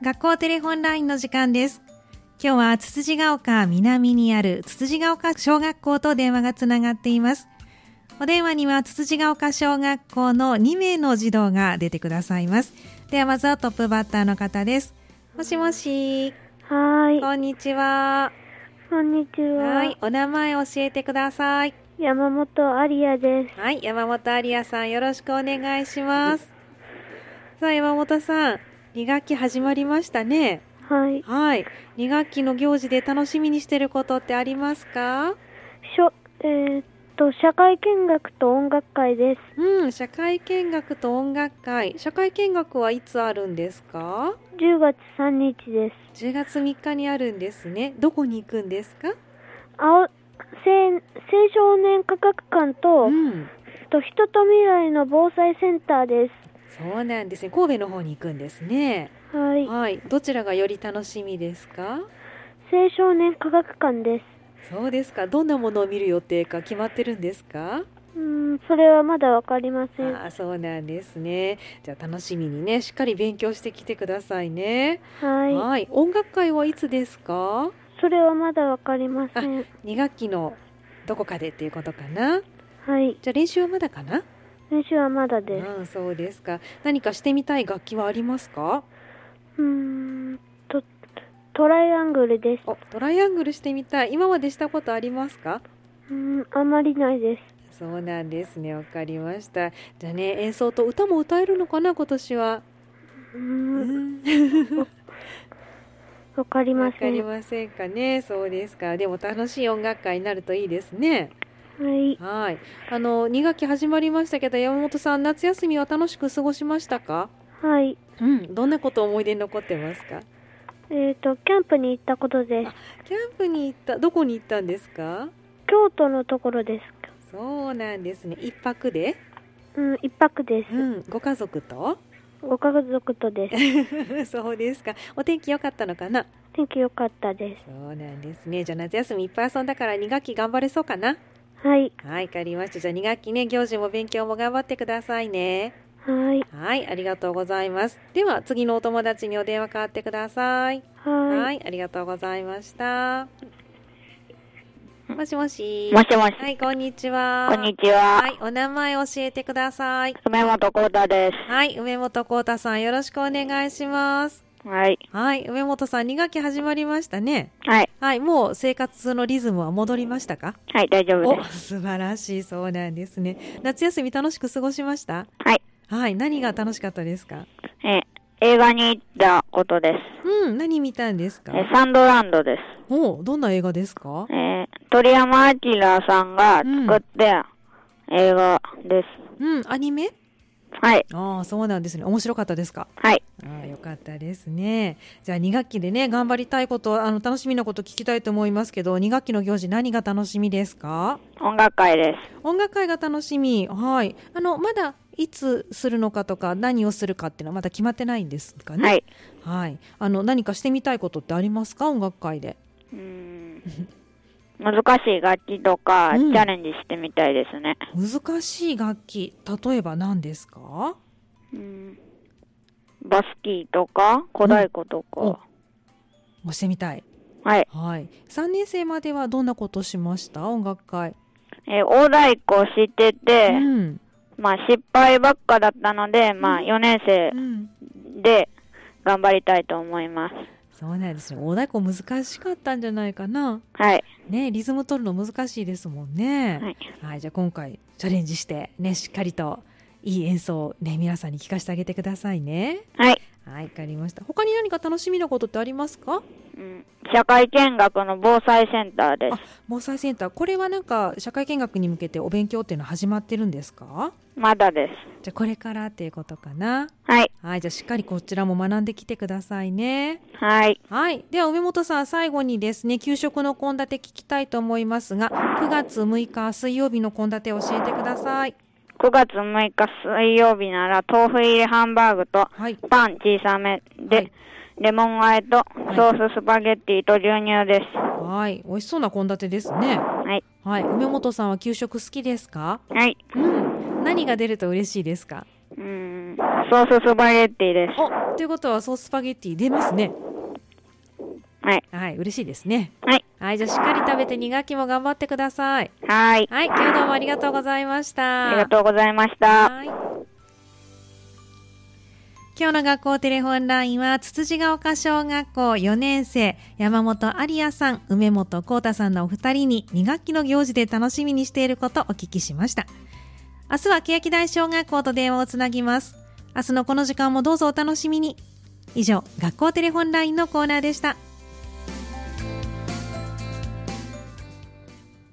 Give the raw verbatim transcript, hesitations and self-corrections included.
学校テレホンラインの時間です。今日はつつじが丘南にあるつつじが丘小学校と電話がつながっています。お電話にはつつじが丘小学校のにめいの児童が出てくださいます。ではまずはトップバッターの方です。もしもし。 はい。 こんにちは。 こんにちは。 はい。お名前教えてください。 山本ありやです。 はい。山本ありやさん、よろしくお願いします。さあ、山本さん、に学期始まりましたね。 はい。 はい。に学期の行事で楽しみにしてることってありますか？ しょ、えー、っと、社会見学と音楽会です。 うん、社会見学と音楽会。社会見学はいつあるんですか？ じゅうがつさんにちです。 じゅうがつみっかにあるんですね。どこに行くんですか？ 青、青少年科学館と、 うん、 と人と未来の防災センターです。 そうなんですね。神戸の方に行くんですね。 はい。 はい。どちらがより楽しみですか？ 青少年科学館です。 そうですか。どんなものを見る予定か決まってるんですか？ うーん、それはまだわかりません。 ああ、そうなんですね。じゃあ楽しみにね、しっかり勉強してきてくださいね。 はい。 はい。音楽会はいつですか？ それはまだわかりません。 に学期のどこかでっていうことかな。 はい。 じゃあ練習はまだかな？ 練習はまだです。 うん、そうですか。何かしてみたい楽器はありますか？ うーんと、トライアングルです。 お、トライアングルしてみたい。今までしたことありますか？ うーん、あんまりないです。 そうなんですね。わかりました。じゃあね、演奏と歌も歌えるのかな、今年は。 うーん、 うんわかりまわかせん。 りませんかね。そうですか。でも楽しい音楽会になるといいですね。 はい。 はい。あの、に学期始まりましたけど、山本さん、夏休みは楽しく過ごしましたか？ はい。 うん。どんなこと思い出に残ってますか？ えっと、キャンプに行ったことです。 キャンプに行った、どこに行ったんですか？ 京都のところです。 そうなんですね。一泊で？ うん、一泊です。 うん。ご家族と？ ご家族とです。 そうですか。お天気良かったのかな？ 天気良かったです。 そうなんですね。じゃあ夏休みいっぱい遊んだからに学期頑張れそうかな？ はい。 はい、わかりました。じゃあに学期ね、行事も勉強も頑張ってくださいね。 はい。 はい、ありがとうございます。では次のお友達にお電話代わってください。 はい。 はい、ありがとうございました。もしもし。 もしもし。 はい、こんにちは。 こんにちは。 はい、お名前教えてください。 梅本幸太です。 はい、梅本幸太さん、よろしくお願いします。 はい。 はい、梅本さん、に学期始まりましたね。 はい。 はい、もう生活のリズムは戻りましたか？ はい、大丈夫お、 です。 素晴らしい。そうなんですね。夏休み楽しく過ごしました？ はい。 はい、何が楽しかったですか？ え、映画に行ったことです。 うん、何見たんですか？ え、サンドランドです。 お、どんな映画ですか？ えー、鳥山明さんが作った映画です。 うん、アニメ？ はい。 ああ、そうなんですね。面白かったですか？ はい。 ああ、よかったですね。じゃあに学期でね、頑張りたいこと、あの、楽しみなこと聞きたいと思いますけど、に学期の行事何が楽しみですか？ 音楽会です。 音楽会が楽しみ。はい。あの、まだいつするのかとか、何をするかっていうのはまだ決まってないんですかね？ はい。 はい。あの、何かしてみたいことってありますか？音楽会で。 うーん。難しい楽器とか、 うんチャレンジしてみたいですね。 難しい楽器、例えば何ですか？ うーん。バスキーとか、小太鼓とか。 お押してみたい。 はい。 はい。さんねん生まではどんなことしました？音楽会。 えー、大太鼓してて、 うん。 まあ失敗ばっかだったので、まあよねん生うん。 で頑張りたいと思います。 そうなんですね。大太鼓難しかったんじゃないかな。 はい。 ね、リズム取るの難しいですもんね。 はい。 はい。じゃあ今回チャレンジしてね、しっかりといい演奏をね、皆さんに聞かせてあげてくださいね。 はい。 はい、わかりました。他に何か楽しみなことってありますか？ うん、社会見学の防災センターです。 あ、防災センター。これはなんか社会見学に向けてお勉強っていうのは始まってるんですか？ まだです。 じゃあこれからっていうことかな。 はい。 はい、じゃあしっかりこちらも学んできてくださいね。 はい。 はい。では梅本さん、最後にですね、給食の献立聞きたいと思いますが、くがつむいか水曜日の献立を教えてください。 くがつむいか水曜日なら豆腐入りハンバーグとはい。 パン小さめで、 はいレモン和えとソーススパゲッティと牛乳です。 はい。美味しそうな献立ですね。 はい。 はい。梅本さんは給食好きですか？ はい。 うん。何が出ると嬉しいですか？ うーん、ソーススパゲッティです。 お、 ということはソーススパゲッティ出ますね。 はい。 はい、嬉しいですね。 はい。 はい、じゃあしっかり食べてに学期も頑張ってください。 はい。 はい、今日どうもありがとうございました。 ありがとうございました。 はい。今日の学校テレホンラインは、つつじが丘小学校よねん生、山本有也さん、梅本幸太さんのお二人にに学期の行事で楽しみにしていることをお聞きしました。明日は欅台小学校と電話をつなぎます。明日のこの時間もどうぞお楽しみに。以上、学校テレホンラインのコーナーでした。